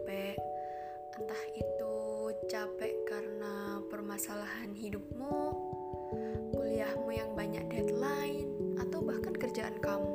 capek. Entah itu capek karena permasalahan hidupmu, kuliahmu yang banyak deadline, atau bahkan kerjaan kamu.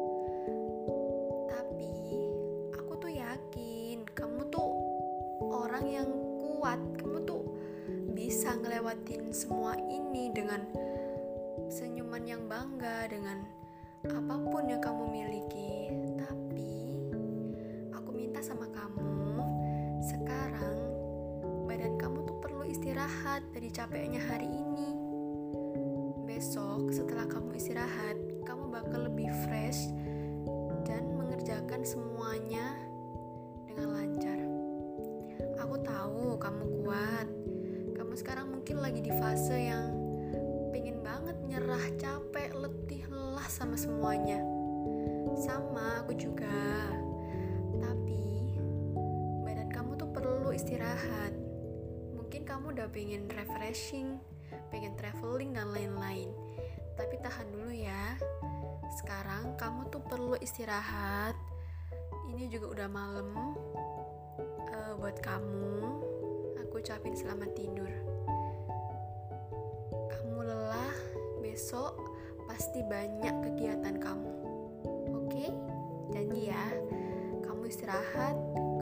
Tapi aku tuh yakin kamu tuh orang yang kuat. Kamu tuh bisa ngelewatin semua ini dengan senyuman yang bangga, dengan apapun yang kamu miliki. Tapi aku minta sama kamu, sekarang badan kamu tuh perlu istirahat dari capeknya hari ini. Besok setelah kamu istirahat, kamu bakal lebih fresh dan mengerjakan semuanya dengan lancar. Aku tahu kamu kuat. Kamu sekarang mungkin lagi di fase yang pengen banget nyerah, capek, letih, lelah sama semuanya. Sama aku juga. Tapi badan kamu tuh perlu istirahat. Mungkin kamu udah pengen refreshing, pengen traveling dan lain-lain. Tapi tahan dulu ya. Sekarang kamu tuh perlu istirahat. Ini juga udah malam. Buat kamu, aku ucapin selamat tidur. Kamu lelah, besok pasti banyak kegiatan kamu. Oke? Janji ya, kamu istirahat,